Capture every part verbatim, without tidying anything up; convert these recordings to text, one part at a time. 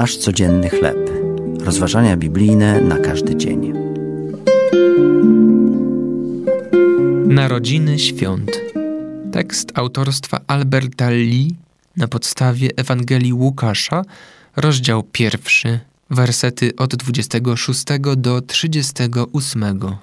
Nasz codzienny chleb. Rozważania biblijne na każdy dzień. Narodziny świąt. Tekst autorstwa Alberta Lee na podstawie Ewangelii Łukasza, rozdział pierwszy, wersety od dwudziestego szóstego do trzydziestego ósmego.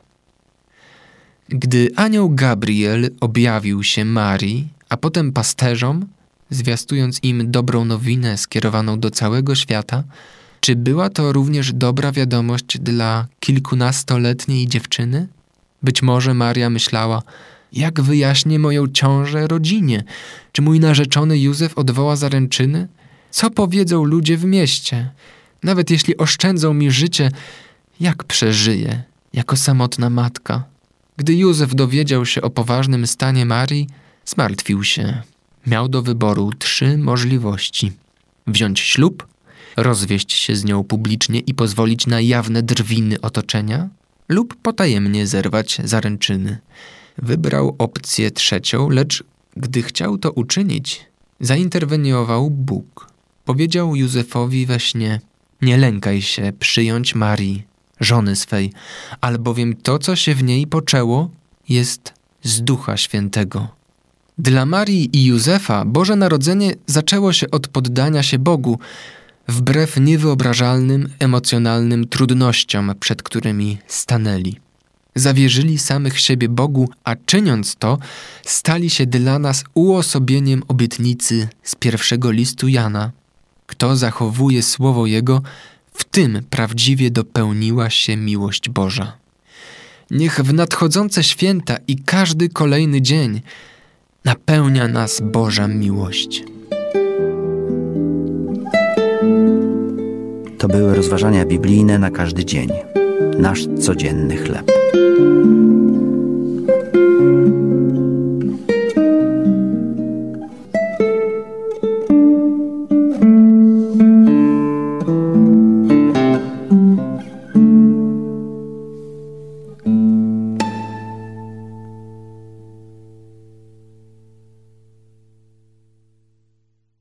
Gdy anioł Gabriel objawił się Marii, a potem pasterzom, zwiastując im dobrą nowinę skierowaną do całego świata, czy była to również dobra wiadomość dla kilkunastoletniej dziewczyny? Być może Maria myślała, jak wyjaśnię moją ciążę rodzinie? Czy mój narzeczony Józef odwoła zaręczyny? Co powiedzą ludzie w mieście? Nawet jeśli oszczędzą mi życie, jak przeżyję jako samotna matka? Gdy Józef dowiedział się o poważnym stanie Marii, zmartwił się. Miał do wyboru trzy możliwości. Wziąć ślub, rozwieść się z nią publicznie i pozwolić na jawne drwiny otoczenia, lub potajemnie zerwać zaręczyny. Wybrał opcję trzecią, lecz gdy chciał to uczynić, zainterweniował Bóg. Powiedział Józefowi we śnie: nie lękaj się przyjąć Marii, żony swej, albowiem to, co się w niej poczęło, jest z Ducha Świętego. Dla Marii i Józefa Boże Narodzenie zaczęło się od poddania się Bogu, wbrew niewyobrażalnym, emocjonalnym trudnościom, przed którymi stanęli. Zawierzyli samych siebie Bogu, a czyniąc to, stali się dla nas uosobieniem obietnicy z pierwszego listu Jana. Kto zachowuje słowo Jego, w tym prawdziwie dopełniła się miłość Boża. Niech w nadchodzące święta i każdy kolejny dzień napełnia nas Boża miłość. To były rozważania biblijne na każdy dzień. Nasz codzienny chleb.